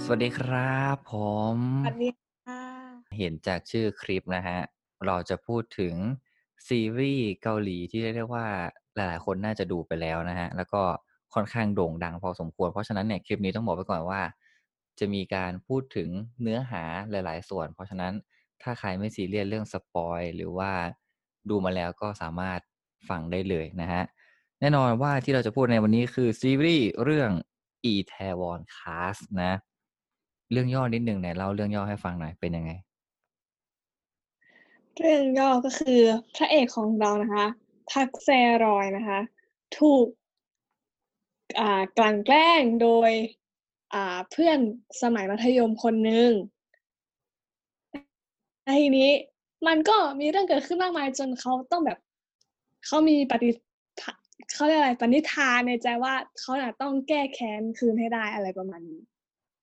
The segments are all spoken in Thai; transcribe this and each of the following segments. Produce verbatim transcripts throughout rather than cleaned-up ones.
วัสดีครับผมสวัสดีค่ะเห็นจากชื่อคลิปนะฮะเราจะพูดถึงซีรีส์เกาหลีที่เรียกได้ว่าหลายๆคนน่าจะดูไปแล้วนะฮะแล้วก็ค่อนข้างโด่งดังพอสมควรเพราะฉะนั้นเนี่ยคลิปนี้ต้องบอกไว้ก่อนว่าจะมีการพูดถึงเนื้อหาหลายๆส่วนเพราะฉะนั้นถ้าใครไม่ซีเรียสเรื่องสปอยล์หรือว่าดูมาแล้วก็สามารถฟังได้เลยนะฮะแน่นอนว่าที่เราจะพูดในวันนี้คือซีรีส์เรื่อง Itaewon Class นะเรื่องย่อนิดหนึ่งไหนเล่าเรื่องย่อให้ฟังหน่อยเป็นยังไงเรื่องย่อก็คือพระเอกของเรานะคะ Park Se-roy นะคะถูกอ่ากลั่นแกล้งโดยอ่าเพื่อนสมัยมัธยมคนหนึ่งแล้วทีนี้มันก็มีเรื่องเกิดขึ้นมากมายจนเขาต้องแบบเขามีปฏิทะเขาเรียกอะไรปณิธานในใจว่าเขาน่ะต้องแก้แค้นคืนให้ได้อะไรประมาณนี้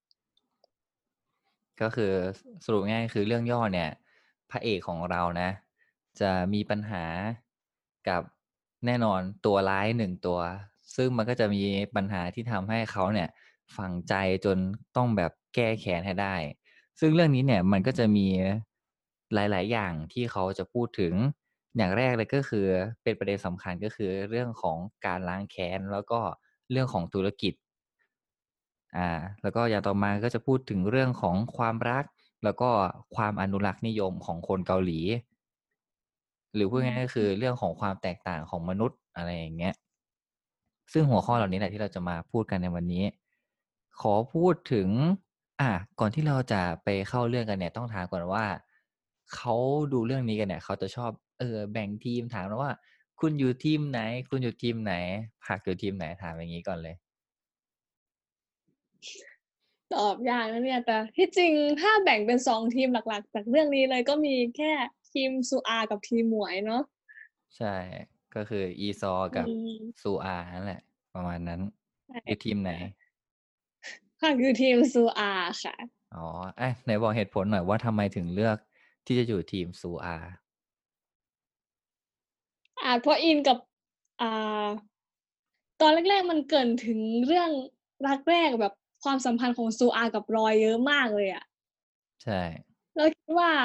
ก็คือสสรุปง่ายๆคือเรื่องย่อเนี่ยพระเอกของเรานะจะมีปัญหากับแน่นอนตัวร้ายหนึ่งตัวซึ่งมันก็จะมีปัญหาที่ทำให้เขาเนี่ยฝังใจจนต้องแบบแก้แค้นให้ได้ซึ่งเรื่องนี้เนี่ยมันก็จะมีหลายๆอย่างที่เขาจะพูดถึงอย่างแรกเลยก็คือเป็นประเด็นสำคัญก็คือเรื่องของการล้างแค้นแล้วก็เรื่องของธุรกิจ อ่าแล้วก็อย่างต่อมาก็จะพูดถึงเรื่องของความรักแล้วก็ความอนุรักษ์นิยมของคนเกาหลีหรือพูดอืง่ายๆก็คือมเรื่องของความแตกต่างของมนุษย์อะไรอย่างเงี้ยซึ่งหัวข้อเหล่านี้แหละที่เราจะมาพูดกันในวันนี้ขอพูดถึงอ่าก่อนที่เราจะไปเข้าเรื่องกันเนี่ยต้องถามก่อนว่าเขาดูเรื่องนี้กันเนี่ยเขาจะชอบเอ่อแบ่งทีมถามเราว่าคุณอยู่ทีมไหนคุณอยู่ทีมไหนพรรคอยู่ทีมไหนถามอย่างงี้ก่อนเลยตอบยากนะเนี่ยแต่ที่จริงถ้าแบ่งเป็นสองทีมหลักๆจากเรื่องนี้เลยก็มีแค่ทีม Su-ah กับทีมหมวยเนาะใช่ก็คือ Lee-seol อืกับม Soo-ah นั่นแหละประมาณนั้นใช่อยู่ทีมไหนค่ะค่ะคือทีม Su-ah ค่ะอ๋ออาไหนบอกเหตุผลหน่อยว่าทำไมถึงเลือกที่จะอยู่ทีม Soo-ah อาจเพราะอินกับอ่าตอนแรกๆมันเกริ่นถึงเรื่องรักแรกแบบความสัมพันธ์ของ Su-ah กับ Roy เยอะมากเลยอะใช่เราคิดว่า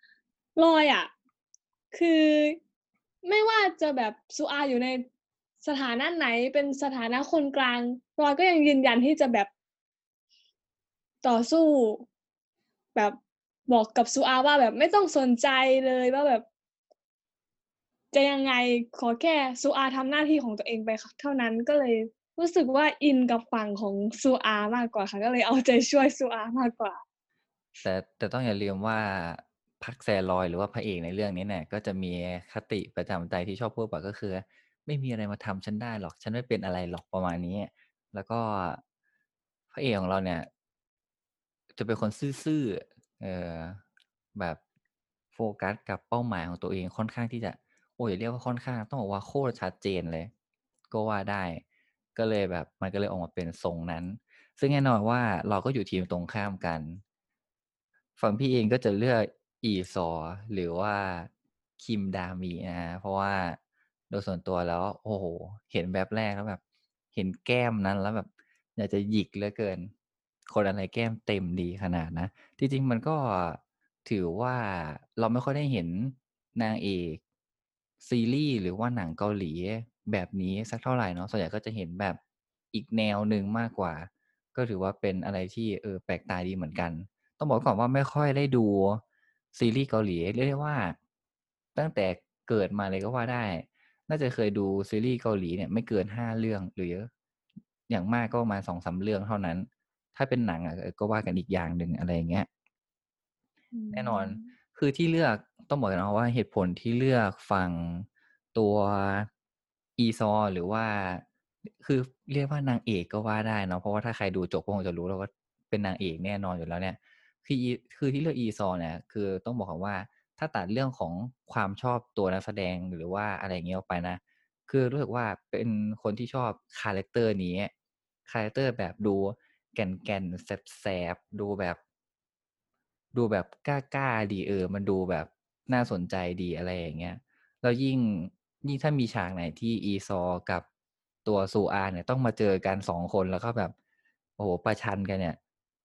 Roy อะคือไม่ว่าจะแบบ Su-ah อยู่ในสถานะไหนเป็นสถานะคนกลาง Roy ก็ยังยืนยันที่จะแบบต่อสู้แบบบอกกับ Su-ah ว่าแบบไม่ต้องสนใจเลยว่าแบบ จะยังไงขอแค่ Su-ah ทำหน้าที่ของตัวเองไปคเท่านั้นก็เลยรู้สึกว่าอินกับฝั่งของ Su-ah มากกว่าค่ะก็เลยเอาใจช่วย Su-ah มากกว่าแต่แต่ต้องอย่าลืมว่าพักแซลอยหรือว่าพระเอกในเรื่องนี้เนี่ยก็จะมีคติประจำใจที่ชอบพูดบ่อยก็คือไม่มีอะไรมาทำฉันได้หรอกฉันไม่เป็นอะไรหรอกประมาณนี้แล้วก็พระเอกของเราเนี่ยจะเป็นคนซื่อๆเอ่อแบบโฟกัสกับเป้าหมายของตัวเองค่อนข้างที่จะโอ้อย่าเรียกว่าค่อนข้างต้องบอกว่าโคตรชัดเจนเลยก็ว่าได้ก็เลยแบบมันก็เลยออกมาเป็นทรงนั้น ซึ่งแน่นอนว่าเราก็อยู่ทีมตรงข้ามกันฝั่งพี่เองก็จะเลือก อี ซอ หรือว่า Kim Da-mi นะครับเพราะว่าโดยส่วนตัวแล้วโอ้โฮเห็นแวบแรกแล้วแบบเห็นแก้มนั้นแล้วแบบอยากจะหยิกเหลือเกินคนอะไรแก้มเต็มดีขนาดนั้นจริงๆมันก็ถือว่าเราไม่ค่อยได้เห็นนางเอกซีรีส์หรือว่าหนังเกาหลีแบบนี้สักเท่าไรเนาะส่วนใหญ่ก็จะเห็นแบบอีกแนวหนึ่งมากกว่า ก็ถือว่าเป็นอะไรที่เออแปลกตาดีเหมือนกันต้องบอกไว้ก่อนว่าไม่ค่อยได้ดูซีรีส์เกาหลีเรียกได้ว่าตั้งแต่เกิดมาเลยก็ว่าได้น่าจะเคยดูซีรีส์เกาหลีเนี่ยไม่เกินห้าเรื่องหรืออย่างมากก็ประมาณสองถึงสามเรื่องเท่านั้นถ้าเป็นหนังอะเออก็ว่ากันอีกอย่างหนึ่งอะไรอย่างเงี้ยอืแน่นอนมคือที่เลือกต้องบอกก่อนนะว่าเหตุผลที่เลือกฝั่งตัว อี ซอ หรือว่าคือเรียกว่านางเอกก็ว่าได้เนาะเพราะว่าถ้าใครดูจบก็คงจะรู้แล้วว่าเป็นนางเอกแน่นอนอยู่แล้วเนี่ยคืออีคือที่เลือก อี ซอ เนี่ยคือต้องบอกก่อนว่าถ้าตัดเรื่องของความชอบตัวนักแสดงหรือว่าอะไรอย่างงี้ออกไปนะคือรู้สึกว่าเป็นคนที่ชอบคาแรกเตอร์นี้คาแรกเตอร์แบบดูแก่นๆแสบๆดูแบบดูแบบกล้าๆดีเออมันดูแบบน่าสนใจดีอะไรอย่างเงี้ย แล้วยิ่งยิ่งถ้ามีฉากไหนที่ อี ซอ กับตัว Soo-ah เนี่ยต้องมาเจอกันสองคนแล้วก็แบบโอ้โฮประชันกันเนี่ย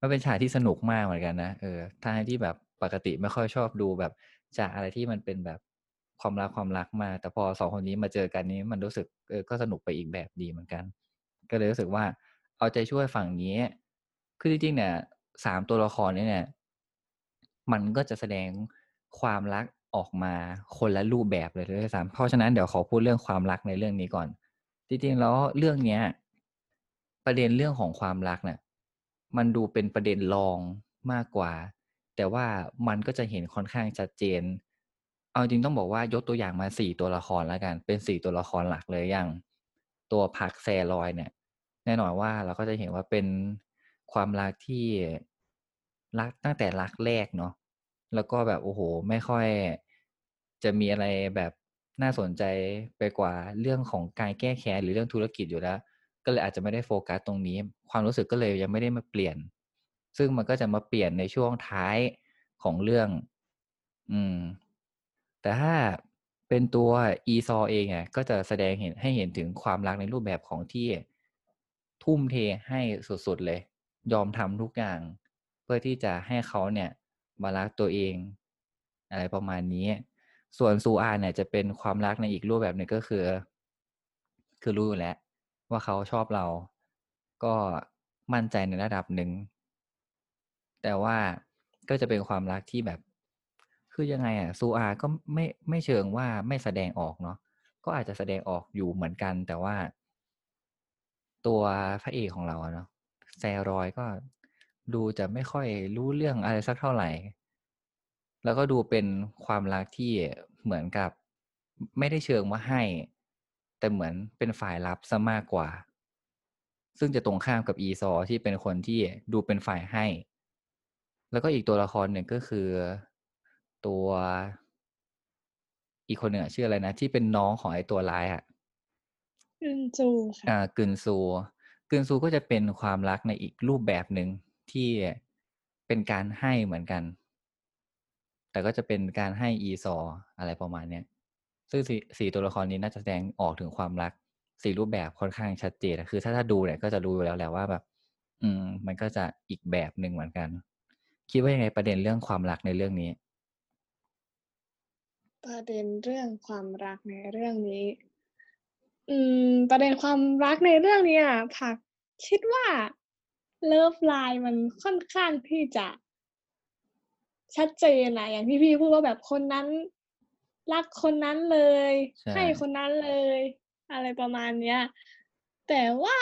มันเป็นฉากที่สนุกมากเหมือนกันนะ เออ ทั้งที่แบบปกติไม่ค่อยชอบดูแบบฉากอะไรที่มันเป็นแบบความรัก ความรักมาก แต่พอ สอง คนนี้มาเจอกันนี้มันรู้สึก เออ ก็สนุกไปอีกแบบดีเหมือนกัน ก็เลยรู้สึกว่าเอาใจช่วยฝั่งนี้ คือจริง ๆ เนี่ย สาม ตัวละครนี้เนี่ย มันก็จะแสดงความรักออกมาคนละรูปแบบเลยด้วยซ้ำ เพราะฉะนั้นเดี๋ยวขอพูดเรื่องความรักในเรื่องนี้ก่อน จริง ๆ แล้วเรื่องเนี้ย ประเด็นเรื่องของความรักเนี่ย มันดูเป็นประเด็นรองมากกว่า แต่ว่ามันก็จะเห็นค่อนข้างชัดเจน เอาจริง ๆ ต้องบอกว่ายกตัวอย่างมา สี่ ตัวละครแล้วกัน เป็น สี่ ตัวละครหลักเลย อย่างตัวพักแซลอยเนี่ย แน่นอนว่าเราก็จะเห็นว่าเป็นความรักที่รักตั้งแต่รักแรกเนาะ แล้วก็แบบ โอ้โฮ ไม่ค่อยจะมีอะไรแบบน่าสนใจไปกว่าเรื่องของการแก้แค้น หรือเรื่องธุรกิจอยู่แล้ว ก็เลยอาจจะไม่ได้โฟกัสตรงนี้ ความรู้สึกก็เลยยังไม่ได้มาเปลี่ยน ซึ่งมันก็จะมาเปลี่ยนในช่วงท้ายของเรื่อง อืม แต่ถ้าเป็นตัว Esau เองอะ ก็จะแสดงเห็น ให้เห็นถึงความรักในรูปแบบของที่ทุ่มเทให้สุด ๆ เลย ยอมทำทุกอย่างเพื่อที่จะให้เขาเนี่ยมารักตัวเอง อะไรประมาณนี้ ส่วน Soo-ah เนี่ยจะเป็นความรักในอีกรูปแบบหนึ่ง ก็คือ คือรู้อยู่แล้วว่าเขาชอบเรา ก็มั่นใจในระดับหนึ่ง แต่ว่าก็จะเป็นความรักที่แบบ คือยังไงอะ Soo-ah ก็ไม่ ไม่เชิงว่าไม่แสดงออกเนาะ ก็อาจจะแสดงออกอยู่เหมือนกัน แต่ว่า ตัวพระเอกของเราอะเนาะ แซรอยด์ ก็ดูจะไม่ค่อยรู้เรื่องอะไรสักเท่าไร แล้วก็ดูเป็นความรักที่เหมือนกับ อ ไม่ได้เชิงว่าให้ แต่เหมือนเป็นฝ่ายรับเสียมากกว่า ซึ่งจะตรงข้ามกับ Esau ที่เป็นคนที่ดูเป็นฝ่ายให้ แล้วก็อีกตัวละครหนึ่ง ก็คือตัว อีกคนหนึ่งอะชื่ออะไรนะ ที่เป็นน้องของไอ้ตัวร้ายอะ Gun-Soo ค่อะา Gun-Soo Gun-Soo ก็จะเป็นความรักในอีกรูปแบบหนึ่ง ที่เป็นการให้เหมือนกัน แต่ก็จะเป็นการให้ Esau อะไรประมาณเนี้ย ซึ่ง สี่ สี่ ตัวละครนี้น่าจะแสดงออกถึงความรัก สี่ รูปแบบค่อนข้างชัดเจนอะ คือถ้า ถ้าดูเนี่ยก็จะรู้อยู่แล้วแหละว่าแบบ อืม มันก็จะอีกแบบหนึ่งเหมือนกัน คิดว่ายังไงประเด็นเรื่องความรักในเรื่องนี้? ประเด็นเรื่องความรักในเรื่องนี้ อืม ประเด็นความรักในเรื่องเนี้ย ผักคิดว่า เลิฟไลน์มันค่อนข้างที่จะ ชัดเจนอะ อย่างที่พี่พูดว่าแบบคนนั้นรักคนนั้นเลยใชให้ค่นนั้นเลย อะไรประมาณเนี้ย แต่ว่า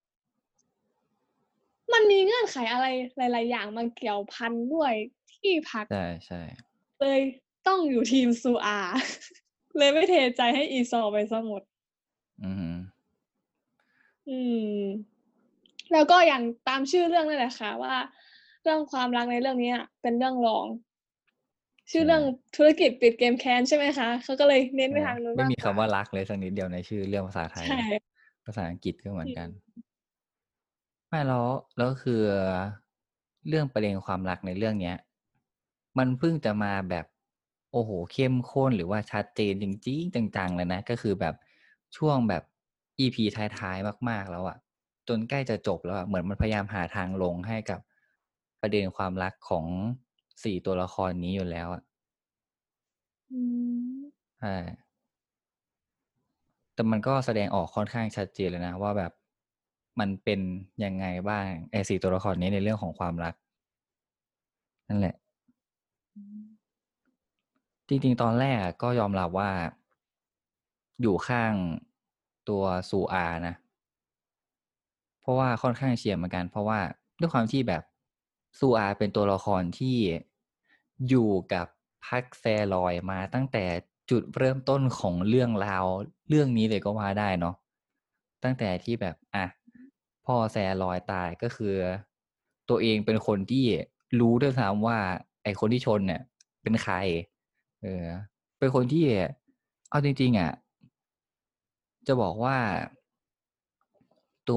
มันมีเงื่อนไขอะไรหลาย ๆ อย่างมาเกี่ยวพันด้วย ที่ผักใช่ ๆเลยต้องอยู่ทีม Soo-ah เลยไม่เทใจให้ Esau ไปเสียหมดอือฮึอืม แล้วก็อย่างตามชื่อเรื่องนั่นแหละค่ะว่า เรื่องความรักในเรื่องเนี้ยเป็นเรื่องรอง ชใืช่อเรื่อง่ธุรกิจปิดเกมแค้น ใช่ไหมคะ เขาก็เลยเน้นเออไปทางนู้นไม่มีคมากกว่าำว่ารักเลยสักนิดเดียวในชื่อเรื่องภาษาไทใชย่ภาษาอังกฤษก็เหมืออืนกันมไม่ แล้ว แล้วคือเรื่องประเด็นความรักในเรื่องเนี้ย มันเพิ่งจะมาแบบ โอ้โฮ เข้มข้น หรือว่าชัดเจนจริง ๆ จัง ๆ เลยนะ ก็คือแบบช่วงแบบ อีพี ท้าย ๆ มาก ๆ แล้วอะ จนใกล้จะจบแล้วอะ เหมือนมันพยายามหาทางลงให้กับประเด็นความรักของ สี่ ตัวละครนี้อยู่แล้วอะอืมใช่ แต่มันก็แสดงออกค่อนข้างชัดเจนเลยนะว่าแบบมันเป็นยังไงบ้าง ไอ้ สี่ ตัวละครนี้ในเรื่องของความรัก นั่นแหละอืมจริง ๆ ตอนแรกอะก็ยอมรับว่า อยู่ข้างตัว Soo-ah นะ เพราะว่าค่อนข้างเชียร์เหมือนกัน เพราะว่าด้วยความที่แบบ Soo-ah เป็นตัวละครที่อยู่กับพักแซลอยด์มาตั้งแต่จุดเริ่มต้นของเรื่องราวเรื่องนี้เลยก็ว่าได้เนาะ ตั้งแต่ที่แบบ อะ พ่อแซลอยด์ตาย ก็คือตัวเองเป็นคนที่รู้ด้วยซ้ำว่า ไอ้คนที่ชนเนี่ยเป็นใคร เออ เป็นคนที่ เอาจริง ๆ อะ จะบอกว่า ตัว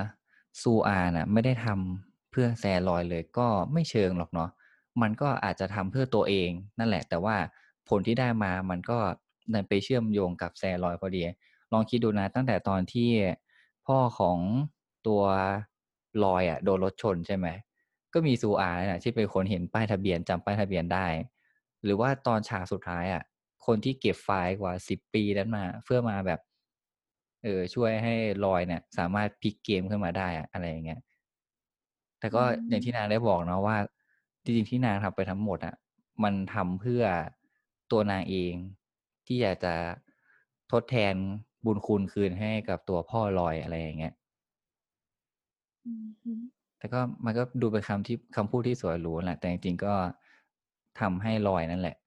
Soo-ah น่ะไม่ได้ทำเพื่อแซลอยด์เลย ก็ไม่เชิงหรอกเนาะ มันก็อาจจะทำเพื่อตัวเองนั่นแหละ แต่ว่าผลที่ได้มามันก็ดันไปเชื่อมโยงกับแซลอยด์พอดี ลองคิดดูนะ ตั้งแต่ตอนที่พ่อของตัวลอยด์อะโดนรถชน ใช่ไหมก็มีซูอาเนี่ยแหละที่เป็นคนเห็นป้ายทะเบียนจำป้ายทะเบียนได้ หรือว่าตอนฉากสุดท้ายอะคนที่เก็บไฟล์กว่าสิบปีนั้นมาเพื่อมาแบบ เออช่วยให้ลอยเนี่ยสามารถพลิกเกมขึ้นมาได้อะอะไรอย่างเงี้ยแต่อืก็อย่างที่มนางได้บอกเนาะว่าจริงๆที่นางทำไปทั้งหมดอะมันทำเพื่อตัวนางเองที่อยากจะทดแทนบุญคุณคืนให้กับตัวพ่อลอยอะไรอย่างเงี้ยอือฮึแต่ก็มันก็ดูเป็นคำที่คำพูดที่สวยหรูแหละแต่จริงๆก็ทำให้ลอยนั่นแหละ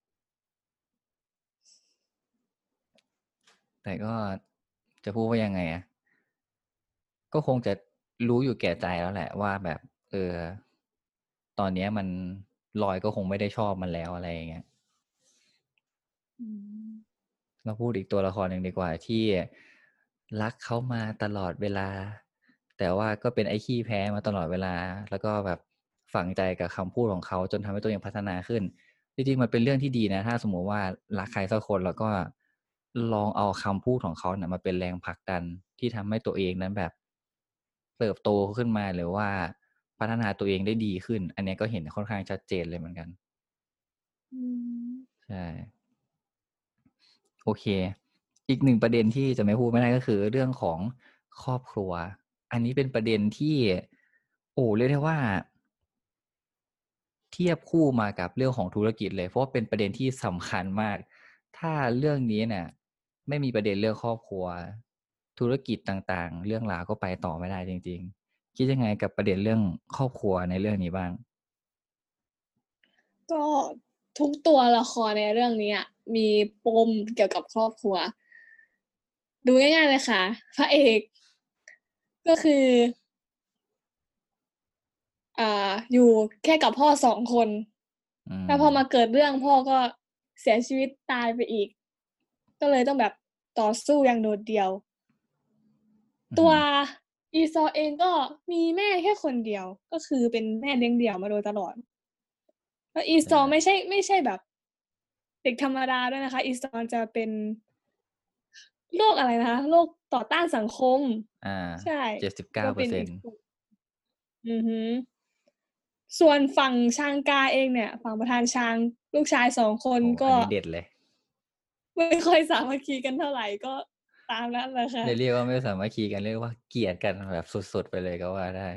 แต่ก็จะพูดว่ายังไงอะก็คงจะรู้อยู่แก่ใจแล้วแหละว่าแบบเออตอนเนี้ยมันลอยก็คงไม่ได้ชอบมันแล้วอะไรอย่างเงี้ยอืมเราพูดอีกตัวละครหนึ่งดีกว่าที่รักเขามาตลอดเวลาแต่ว่าก็เป็นไอ้ขี้แพ้มาตลอดเวลาแล้วก็แบบฝังใจกับคำพูดของเขาจนทำให้ตัวเองพัฒนาขึ้นจริงๆมันเป็นเรื่องที่ดีนะถ้าสมมติว่ารักใครสักคนแล้วก็ลองเอาคำพูดของเขาเนี่ยมาเป็นแรงผลักดันที่ทำให้ตัวเองนั้นแบบเติบโตขึ้นมาหรือว่าพัฒนาตัวเองได้ดีขึ้นอันนี้ก็เห็นค่อนข้างชัดเจนเลยเหมือนกันอืมใช่ โอเค อีกหนึ่งประเด็นที่จะไม่พูดไม่ได้ก็คือเรื่องของครอบครัว อันนี้เป็นประเด็นที่โอ้เรียกได้ว่าเทียบคู่มากับเรื่องของธุรกิจเลยเพราะว่าเป็นประเด็นที่สำคัญมาก ถ้าเรื่องนี้เนี่ยไม่มีประเด็นเรื่องครอบครัวธุรกิจต่างๆเรื่องราวก็ไปต่อไม่ได้จริงๆคิดยังไงกับประเด็นเรื่องครอบครัวในเรื่องนี้บ้างก็ทุกตัวละครในเรื่องนี้อะมีปมเกี่ยวกับครอบครัวดูง่ายๆเลยค่ะพระเอกก็คืออ่าอยู่แค่กับพ่อสองคนอืแล้วมพอมาเกิดเรื่องพ่อก็เสียชีวิตตายไปอีกก็เลยต้องแบบต่อสู้อย่างโดดเดี่ยวตัวอืมอีซอ เองก็มีแม่แค่คนเดียวก็คือเป็นแม่เลี้ยงเดี่ยวมาโดยตลอดแล้วอีซอไม่ใช่ใช่ไม่ใช่แบบเด็กธรรมดาด้วยนะคะอีซอจะเป็นโรคอะไรนะคะโรคต่อต้านสังคมอ่าใช่เจ็ดสิบเก้าก็เป็นเปอร์เซ็นต์อีกคนอือฮึ ส่วนฝั่งชางกาเองเนี่ยฝั่งประธานชางลูกชายสองคนโอ้อัก็นนี้เด็ดเลยไม่ค่อยสามัคคีกันเท่าไรก็ตามนั้นแหละค่ะจะเรียกว่าไม่สามัคคีกันเรียกว่าเกลียดกันแบบสุดๆไปเลยก็ว่าได้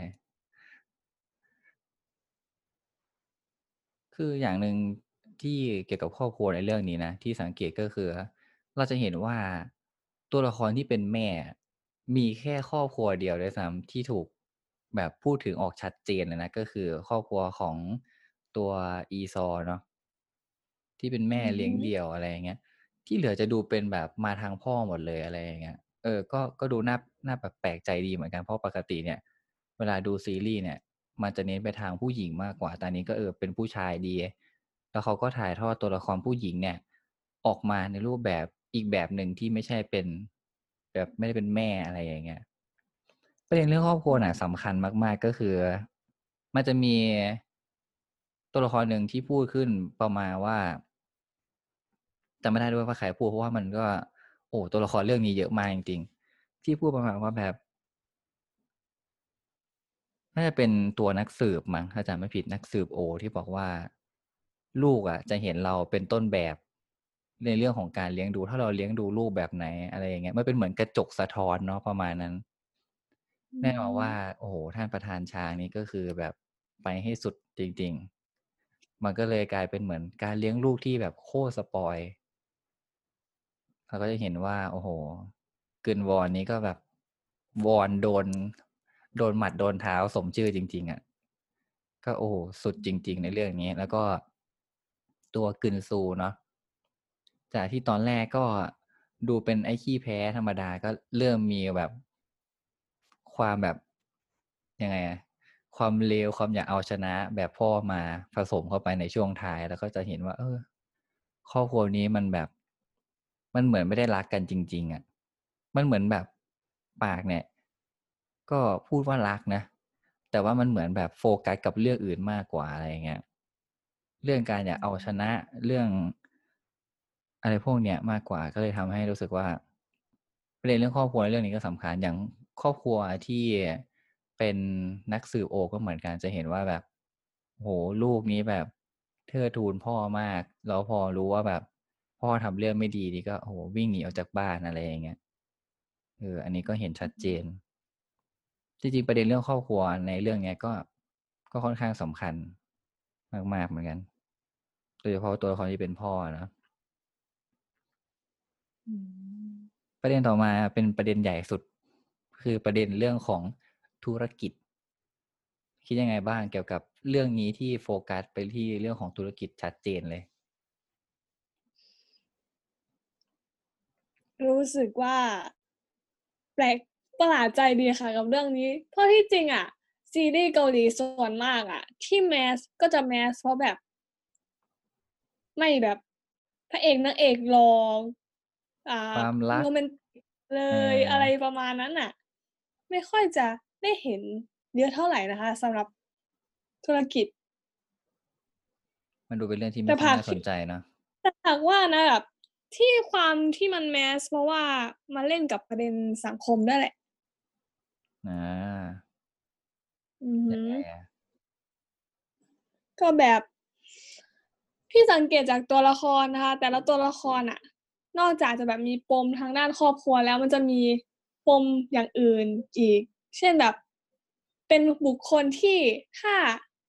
คืออย่างหนึ่งที่เกี่ยวกับครอบครัวในเรื่องนี้นะที่สังเกตก็คือเราจะเห็นว่าตัวละครที่เป็นแม่มีแค่ครอบครัวเดียวด้วยซ้ำที่ถูกแบบพูดถึงออกชัดเจนเลยนะก็คือครอบครัวของตัวอีซอเนาะ ที่เป็นอืแม่อฮึเลี้ยงเดี่ยวอะไรอย่างเงี้ยที่เหลือจะดูเป็นแบบมาทางพ่อหมดเลยอะไรอย่างเงี้ยเออก็ก็ดูน่าน่าแบบแปลกใจดีเหมือนกันเพราะปกติเนี่ยเวลาดูซีรีส์เนี่ยมันจะเน้นไปทางผู้หญิงมากกว่าแต่อันนี้ก็เออเป็นผู้ชายดีแล้วเขาก็ถ่ายทอดตัวละครผู้หญิงเนี่ยออกมาในรูปแบบอีกแบบหนึ่งที่ไม่ใช่เป็นแบบไม่ได้เป็นแม่อะไรอย่างเงี้ยประเด็นเรื่องครอบครัวน่ะสำคัญมากๆก็คือมันจะมีตัวละครหนึ่งที่พูดขึ้นประมาณว่า จำไม่ได้ด้วยว่าใครพูดเพราะว่ามันก็โอ้ตัวละครเรื่องนี้เยอะมากจริงๆที่พูดประมาณว่าแบบน่าจะเป็นตัวนักสืบมั้งถ้าจำไม่ผิดนักสืบโอที่บอกว่าลูกอะจะเห็นเราเป็นต้นแบบในเรื่องของการเลี้ยงดูถ้าเราเลี้ยงดูลูกแบบไหนอะไรอย่างเงี้ยมันเป็นเหมือนกระจกสะท้อนเนาะประมาณนั้นอืแน่นอนว่ามโอ้โฮท่านประธานช้างนี่ก็คือแบบไปให้สุดจริงๆมันก็เลยกลายเป็นเหมือนการเลี้ยงลูกที่แบบโคตรสปอยล์ เราก็จะเห็นว่าโอ้โฮกึนวอนนี้ก็แบบวอนโดนโดนหมัดโดนเท้าสมชื่อจริงๆอะก็โอ้โฮสุดจริงๆในเรื่องนี้แล้วก็ตัวกึนซูเนาะจากที่ตอนแรกก็ดูเป็นไอ้ขี้แพ้ธรรมดาก็เริ่มมีแบบความแบบยังไงอะความเลวความอยากเอาชนะแบบพ่อมาผสมเข้าไปในช่วงท้ายแล้วก็จะเห็นว่าเออครอบครัวนี้มันแบบมันเหมือนไม่ได้รักกันจริงๆอะ มันเหมือนแบบปากเนี่ยก็พูดว่ารักนะแต่ว่ามันเหมือนแบบโฟกัสกับเรื่องอื่นมากกว่าอะไรอย่างเงี้ยเรื่องการอยากเอาชนะเรื่องอะไรพวกเนี้ยมากกว่าก็เลยทำให้รู้สึกว่าประเด็นเรื่องครอบครัวในเรื่องนี้ก็สำคัญอย่างครอบครัวที่เป็นนักสืบโอก็เหมือนกันจะเห็นว่าแบบโอ้โฮ ลูกนี้แบบเทิดทูนพ่อมาก แล้วพอรู้ว่าแบบพ่อทำเรื่องไม่ดีนี่ก็ โอ้โฮ วิ่งหนีออกจากบ้าน อะไรอย่างเงี้ย เออ อันนี้ก็เห็นอชืัดอฮึเจน จริง ๆ ประเด็นเรื่องครอบครัวในเรื่องเนี้ย ก็ ก็ค่อนข้างสำคัญมาก ๆ เหมือนกัน โดยเฉพาะตัวละครที่เป็นพ่ออะเนาะอืมประเด็นต่อมาเป็นประเด็นใหญ่สุด คือประเด็นเรื่องของธุรกิจ คิดยังไงบ้างเกี่ยวกับเรื่องนี้ที่โฟกัสไปที่เรื่องของธุรกิจชัดเจนเลย? รู้สึกว่า แปลกประหลาดใจดีค่ะกับเรื่องนี้ เพราะที่จริงอะซีรีส์เกาหลีส่วนมากอะที่ mass ก็จะ mass เพราะแบบ ไม่แบบพระเอกนางเอกหล่อ อ่คาวามรัโกรแมนติกเลเอย อะไรอประมาณนั้นน่ะ ไม่ค่อยจะได้เห็นเยอะเท่าไรนะคะสำหรับธุรกิจมันดูเป็นเรื่องที่แไตม่่ค่ผอยานก่าทสินใจเนาะแต่หากว่านะแบบที่ความที่มัน mass เพราะว่ามาเล่นกับประเด็นสังคมด้วยแหละอาอือฮยึังไงอะ? ก็แบบ ที่สังเกตจากตัวละครนะคะ แต่ละตัวละครน่ะ นอกจากจะแบบมีปมทางด้านครอบครัวแล้ว มันจะมีปมอย่างอื่นอีก เช่นแบบเป็นบุคคลที่ถ้า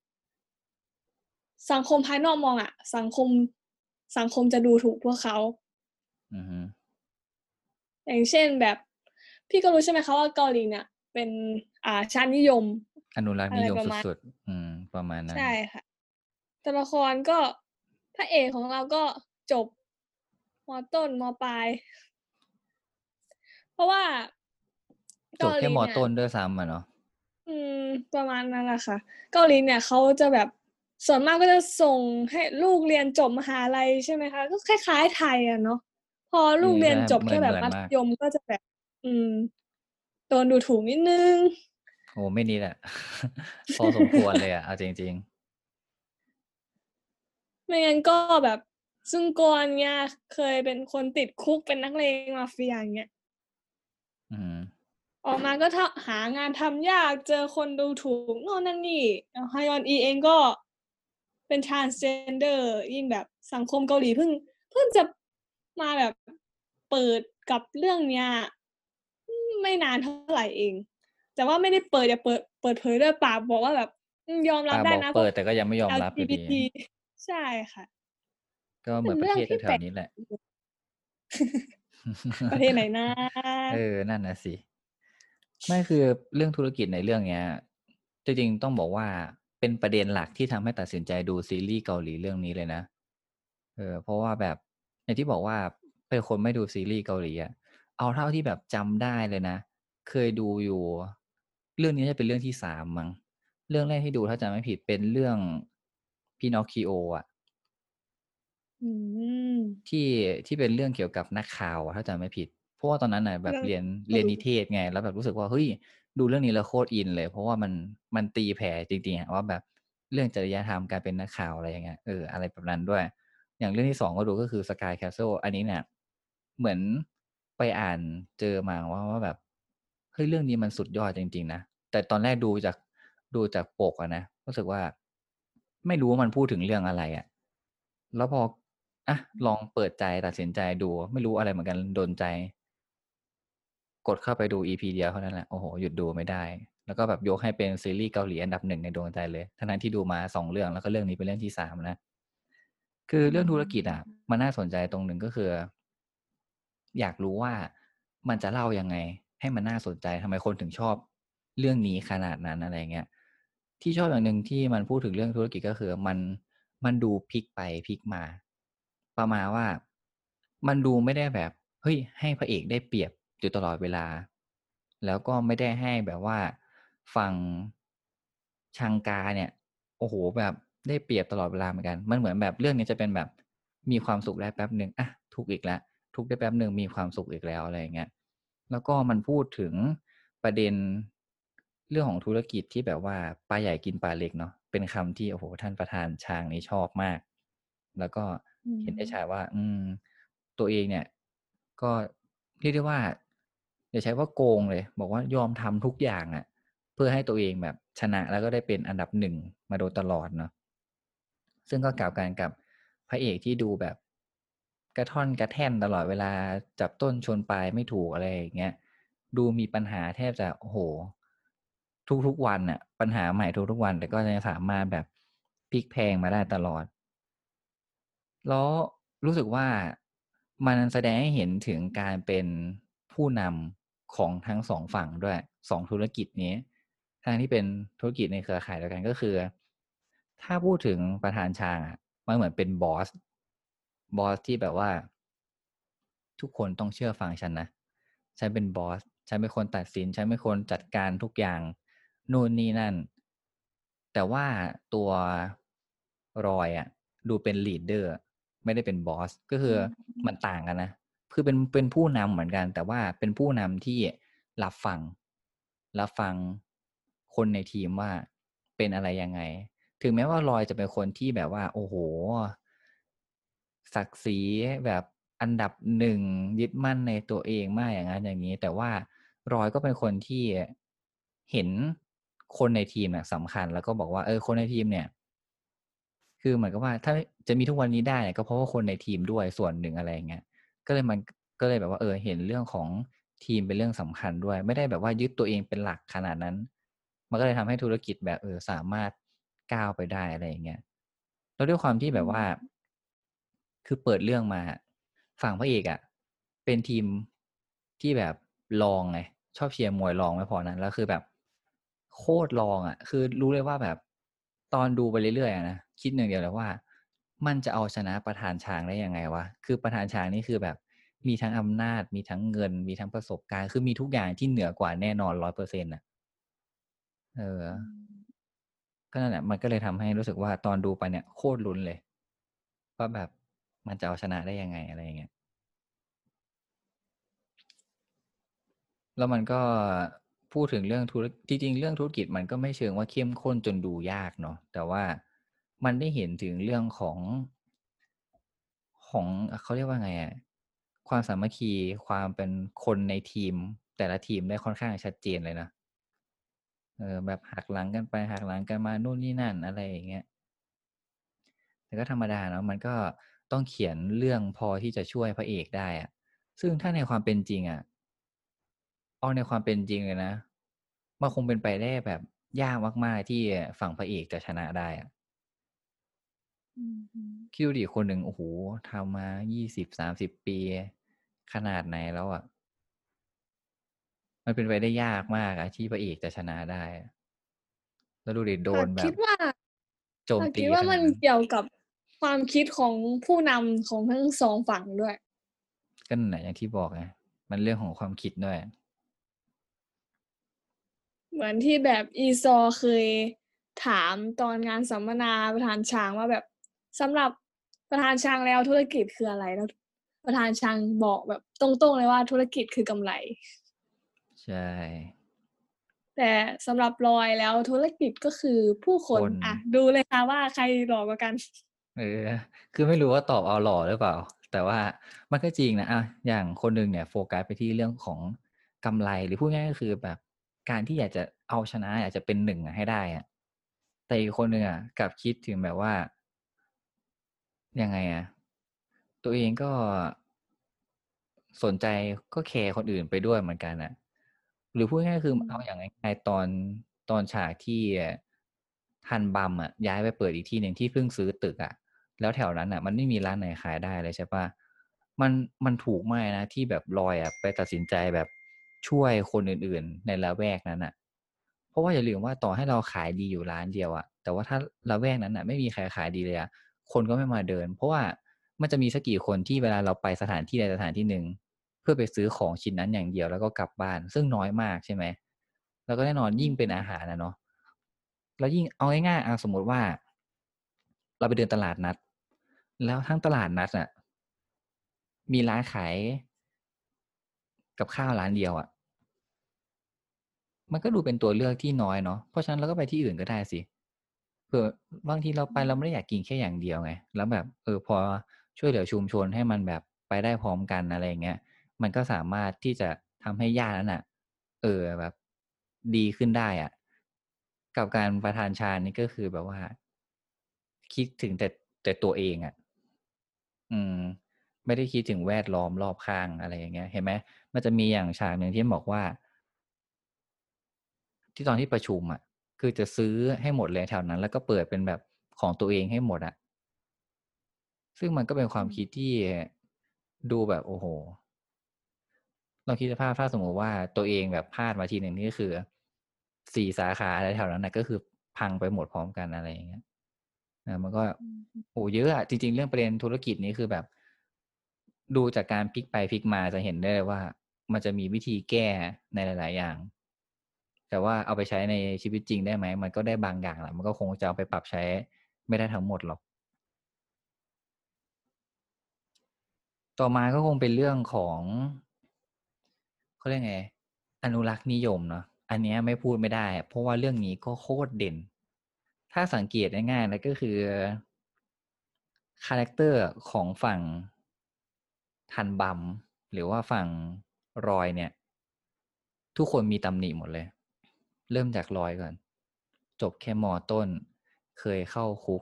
สังคมภายนอกมองอะ สังคม สังคมจะดูถูกพวกเขาอือฮึอย่างเช่น แบบ พี่ก็รู้ใช่ไหมคะว่าเกาหลีเนี่ยเป็น อ่า ชาตินิยมอนุรักษอะ์ไนริยมประมาณสุด ๆ อืม ประมาณนัใช้น่ค่ะ ตัวละครก็ พระเอกของเราก็จบ ม.ต้น ม.ปลาย เพราะว่า เจกบาแคหล่ีม. เนี่ยต้นด้วยซ้ำอะเนาะอืม ประมาณนั้นแหละค่ะ เกาหลีเนี่ยเขาจะแบบ ส่วนมากก็จะส่งให้ลูกเรียนจบมหาลัย ใช่ไหมคะ ก็คล้าย ๆ ไทยอะเนาะ พอเออลูกเรีใชย่นจบเหแค่แบบมือน ๆ มากมัธยมก็จะแบบ อืม โดนดูถูกนิดหนึ่งโอ้โฮ ไม่นิดอะ พอสมควรเลยอะ เอาจริง ๆไม่งั้นก็แบบ ซึงกอ เงี้ย เคยเป็นคนติดคุกเป็นนักเลงมาเฟีย อย่างเงี้ยอือฮึออกมาก็ ท หางานทำยาก เจอคนดูถูกโน่นนั่นนี่ แล้ว Hyeon-i เองก็เป็น transgender ยิ่งแบบสังคมเกาหลีเพิ่ง เพิ่งจะมาแบบเปิดกับเรื่องเนี้ย อืม ไม่นาน เท่าไร เอง แต่ว่าไม่ได้เปิดแบบเปิด เปิดเผยด้วยปาก บอกว่าแบบ อืม ยอมรปับากบอกได้นะเพปวิกด แต่ก็ยังไม่ยอมรับอยู่ดีแอล จี บี ที ใช่ค่ะก็เเหปมื็อนปรนเระื่เอทศงที่แถวแปลกๆ นี้แหละประเทศไหนนะ? เออ นั่นน่ะสิ ไม่ คือเรื่องธุรกิจในเรื่องเนี้ย จริง ๆ ต้องบอกว่า เป็นประเด็นหลักที่ทำให้ตัดสินใจดูซีรีส์เกาหลีเรื่องนี้เลยนะ เออ เพราะว่าแบบ อย่างที่บอกว่า เป็นคนไม่ดูซีรีส์เกาหลีอะ เอาเท่าที่แบบจำได้เลยนะ เคยดูอยู่ เรื่องนี้น่าจะเป็นเรื่องที่ สาม มั้ง เรื่องแรกที่ดูถ้าจำไม่ผิดเป็นเรื่อง Pinocchio อะอืมที่ ที่เป็นเรื่องเกี่ยวกับนักข่าวอะ ถ้าจำไม่ผิด เพราะว่าตอนนั้นน่ะแบเรบื่องเรียนไเมร่ียนรูน้ิเทศไง แล้วแบบรู้สึกว่า เฮ้ย ดูเรื่องนี้แล้วโคตรอินเลย เพราะว่ามัน มันตีแผ่จริง ๆ อะว่าแบบเรื่องจริยธรรมการเป็นนักข่าว อะไรอย่างเงี้ย เออ อะไรแบบนั้นด้วย อย่างเรื่องที่ สอง ก็ดูก็คือ Sky Castle อันนี้เนี่ย เหมือนไปอ่านเจอมาว่า ว่าแบบ เฮ้ย เรื่องนี้มันสุดยอดจริง ๆ นะ แต่ตอนแรกดูจาก ดูจากปกอะนะ รู้สึกว่า ไม่รู้ว่ามันพูดถึงเรื่องอะไรอะ แล้วพอ อะ ลองเปิดใจตัดสินใจดู ไม่รู้อะไรเหมือนกัน โดนใจ กดเข้าไปดู อี พี เดียวเท่านั้นแหละ โอ้โฮ หยุดดูไม่ได้ แล้วก็แบบยกให้เป็นซีรีส์เกาหลีอันดับ หนึ่ง ในดวงใจเลย ทั้ง ๆ ที่ดูมา สอง เรื่อง แล้วก็เรื่องนี้เป็นเรื่องที่ สาม นะ คืออืเรื่องธุรกิจอะมมันน่าสนใจตรงหนึ่ง ก็คือ อยากรู้ว่ามันจะเล่ายังไงให้มันน่าสนใจ ทำไมคนถึงชอบเรื่องนี้ขนาดนั้น อะไรอย่างเงี้ย ที่ชอบอย่างหนึ่งที่มันพูดถึงเรื่องธุรกิจ ก็คือมัน มันดูพลิกไปพลิกมา ประมาณว่า มันดูไม่ได้แบบ เฮ้ย ให้พระเอกได้เปรียบอยู่ตลอดเวลา แล้วก็ไม่ได้ให้แบบว่าฝั่ง ชังกาเนี่ย โอ้โฮ แบบได้เปรียบตลอดเวลาเหมือนกัน มันเหมือนแบบเรื่องนี้จะเป็นแบบมีความสุขได้แป๊บหนึ่ง อะ ทุกข์อีกแล้ว ทุกข์ได้แป๊บหนึ่งมีความสุขอีกแล้ว อะไรอย่างเงี้ย แล้วก็มันพูดถึงประเด็นเรื่องของธุรกิจที่แบบว่า "ปลาใหญ่กินปลาเล็ก" เนาะ เป็นคำที่ โอ้โฮ ท่านประธานชางนี่ชอบมาก แล้วก็อืเห็นได้ชัมดว่า อืม ตัวเองเนี่ย ก็เรียกได้ว่า อย่าใช้ว่าโกงเลย บอกว่ายอมทำทุกอย่างอะ เพื่อให้ตัวเองแบบชนะ แล้วก็ได้เป็นอันดับ หนึ่ง มาโดยตลอดเนาะซึ่งก็กลับกันกับพระเอกที่ดูแบบกระท่อนกระแท่นตลอดเวลาจับต้นชนปลายไม่ถูกอะไรอย่างเงี้ยดูมีปัญหาแทบจะโอ้โหทุกๆวันน่ะปัญหาใหม่ทุกๆวันแต่ก็ยังสามารถแบบพลิกแพลงมาได้ตลอด แล้วรู้สึกว่ามันแสดงให้เห็นถึงการเป็นผู้นำของทั้งสองฝั่งด้วยสองธุรกิจนี้ทั้งที่เป็นธุรกิจในเครือข่ายเดียวกันก็คือถ้าพูดถึงประธานชางอะมันเหมือนเป็นบอสบอสที่แบบว่าทุกคนต้องเชื่อฟังฉันนะฉันเป็นบอสฉันเป็นคนตัดสินฉันเป็นคนจัดการทุกอย่างนู่นนี่นั่นแต่ว่าตัวรอยอะดูเป็นลีดเดอร์ ไม่ได้เป็นบอสก็คืออืมมันต่างกันนะคือเป็นเป็นผู้นำเหมือนกันแต่ว่าเป็นผู้นำที่รับฟังรับฟังคนในทีมว่าเป็นอะไรยังไงถึงแม้ว่ารอยจะเป็นคนที่แบบว่าโอ้โหศักดิ์ศรีแบบอันดับหนึ่งยึดมั่นในตัวเองมากอย่างนั้นอย่างนี้แต่ว่ารอยก็เป็นคนที่เห็นคนในทีมน่ะสำคัญแล้วก็บอกว่าเออคนในทีมเนี่ย คือเหมือนกับว่าถ้าจะมีทุกวันนี้ได้ก็เพราะว่าคนในทีมด้วยส่วนหนึ่งอะไรอย่างเงี้ยก็เลยมันก็เลยแบบว่าเออเห็นเรื่องของทีมเป็นเรื่องสำคัญด้วยไม่ได้แบบว่ายึดตัวเองเป็นหลักขนาดนั้นมันก็เลยทำให้ธุรกิจแบบเออสามารถก้าวไปได้อะไรอย่างเงี้ยแล้วด้วยความที่อืแบบว่ามคือเปิดเรื่องมาฝั่งพระเอกอะเป็นทีมที่แบบรองไงชอบเชียร์มวยรองไม่พอนั้นแล้วคือแบบโคตรรองอะคือรู้เลยว่าแบบตอนดูไปเรื่อยๆอะนะคิดหนึ่งเดียวเลยว่ามันจะเอาชนะประธานช้างได้ยังไงวะคือประธานช้างนี่คือแบบมีทั้งอำนาจมีทั้งเงินมีทั้งประสบการณ์คือมีทุกอย่างที่เหนือกว่าแน่นอนร้อยเปอร์เซ็นต์น่ะเอออืมก็นั่นแหละมันก็เลยทำให้รู้สึกว่าตอนดูไปเนี่ยโคตรลุ้นเลยว่าแบบมันจะเอาชนะได้ยังไงอะไรอย่างเงี้ย แล้วมันก็พูดถึงเรื่องธุรจริงๆเรื่องธุรกิจมันก็ไม่เชิงว่าเข้มข้นจนดูยากเนาะแต่ว่ามันได้เห็นถึงเรื่องของของเขาเรียกว่าไงอะความสามัคคีความเป็นคนในทีมแต่ละทีมได้ค่อนข้างชัดเจนเลยนะเออแบบหักหลังกันไปหักหลังกันมานู่นนี่นั่นอะไรอย่างเงี้ยแต่ก็ธรรมดาเนาะมันก็ต้องเขียนเรื่องพอที่จะช่วยพระเอกได้อะซึ่งถ้าในความเป็นจริงอะ เอาในความเป็นจริงเลยนะมันคงเป็นไปได้แบบยากมากๆที่ฝั่งพระเอกจะชนะได้อะอือฮึคิดดูดิคนหนึ่งโอ้โฮทำมายี่สิบถึงสามสิบปีขนาดไหนแล้วอะมันเป็นไปได้ยากมากอะที่พระเอกจะชนะได้อะแล้วดูดิโดค่ะนแบบคิดว่าโจมตีค่ะคิดว่าขนาดนั้นมันเกี่ยวกับความคิดของผู้นำของทั้งสองฝั่งด้วยก็นั่นแหละอย่างที่บอกไงมันเรื่องของความคิดด้วยเหมือนที่แบบ อี ซอ เคยถามตอนงานสัมมนาประธานช้างว่าแบบสำหรับประธานช้างแล้วธุรกิจคืออะไรแล้วประธานช้างบอกแบบตรงๆเลยว่าธุรกิจคือกำไรใช่แต่สำหรับรอยแล้วธุรกิจก็คือผู้คนคนอะดูเลยค่ะว่าใครหล่อกว่ากันเออคือไม่รู้ว่าตอบเอาหล่อหรือเปล่าแต่ว่ามันก็จริงนะอะอย่างคนหนึ่งเนี่ยโฟกัสไปที่เรื่องของกำไรหรือพูดง่ายๆก็คือแบบการที่อยากจะเอาชนะอยากจะเป็นหนึ่งอะให้ได้อะแต่อีกคนหนึ่งอะกลับคิดถึงแบบว่ายังไงอะตัวเองก็สนใจก็แคร์คนอื่นไปด้วยเหมือนกันน่ะหรือพูดง่ายๆคืออืมเอาอย่างง่ายๆตอนตอนฉากที่ฮันบัมอะย้ายไปเปิดอีกที่หนึ่งที่เพิ่งซื้อตึกอะ แล้วแถวนั้นน่ะมันไม่มีร้านไหนขายได้เลยใช่เปล่ามันมันถูกมากนะที่แบบรอยอะไปตัดสินใจแบบช่วยคนอื่นๆในละแวกนั้นน่ะเพราะว่าอย่าลืมว่าต่อให้เราขายดีอยู่ร้านเดียวอะแต่ว่าถ้าละแวกนั้นน่ะไม่มีใครขายดีเลยอะคนก็ไม่มาเดินเพราะว่ามันจะมีสักกี่คนที่เวลาเราไปสถานที่ใดสถานที่หนึ่งเพื่อไปซื้อของชิ้นนั้นอย่างเดียวแล้วก็กลับบ้านซึ่งน้อยมากใช่ไหมแล้วก็แน่นอนยิ่งเป็นอือฮึอาหารอะเนาะแล้วยิ่งเอาง่ายๆอาสมมุติว่าเราไปเดินตลาดนัด แล้วทั้งตลาดนัดอะมีร้านขายกับข้าวร้านเดียวอะมันก็ดูเป็นตัวเลือกที่น้อยเนาะเพราะฉะนั้นเราก็ไปที่อื่นก็ได้สิเผื่อบางทีเราอืไปเราไม่ได้มอยากกินแค่อย่างเดียวไงแล้วแบบเออพอช่วยเหลือชุมชนให้มันแบบไปได้พร้อมกันอะไรอย่างเงี้ยมันก็สามารถที่จะทำให้ย่านนั้นน่ะเออแบบดีขึ้นได้อะกับการประทานฌานนี่ก็คือแบบว่าคิดถึงแต่แต่ตัวเองอะอืมไม่ได้คิดถึงแวดล้อมรอบข้างอะไรอย่างเงี้ยเห็นไหมมันจะมีอย่างฉากหนึ่งที่บอกว่าที่ตอนที่ประชุมอะคือจะซื้อให้หมดเลยแถวนั้นแล้วก็เปิดเป็นแบบของตัวเองให้หมดอะซึ่งมันก็เป็นความอืมคิดที่ดูแบบโอ้โฮ ลองคิดสภาพถ้าสมมุติว่าตัวเองแบบพลาดมาทีหนึ่งนี่ก็คือสี่สาขาอะไรแถวนั้นน่ะก็คือพังไปหมดพร้อมกันอะไรอย่างเงี้ยอามันก็อืมโอ้โฮเยอะอะจริงๆเรื่องประเด็นธุรกิจนี้คือแบบดูจากการพลิกไปพลิกมาจะเห็นได้เลยว่ามันจะมีวิธีแก้ในหลายๆอย่างแต่ว่าเอาไปใช้ในชีวิตจริงได้ไหมมันก็ได้บางอย่างแหละมันก็คงจะเอาไปปรับใช้ไม่ได้ทั้งหมดหรอกต่อมาก็คงเป็นเรื่องของเขาเรียกไงอนุรักษ์นิยมเนาะอันเนี้ยไม่พูดไม่ได้เพราะว่าเรื่องนี้ก็โคตรเด่น ถ้าสังเกตง่ายๆนะก็คือคาแรคเตอร์ของฝั่งทันบัมหรือว่าฝั่งรอยเนี่ยทุกคนมีตำหนิหมดเลยเริ่มจากรอยก่อนจบแค่มอต้นเคยเข้าคุก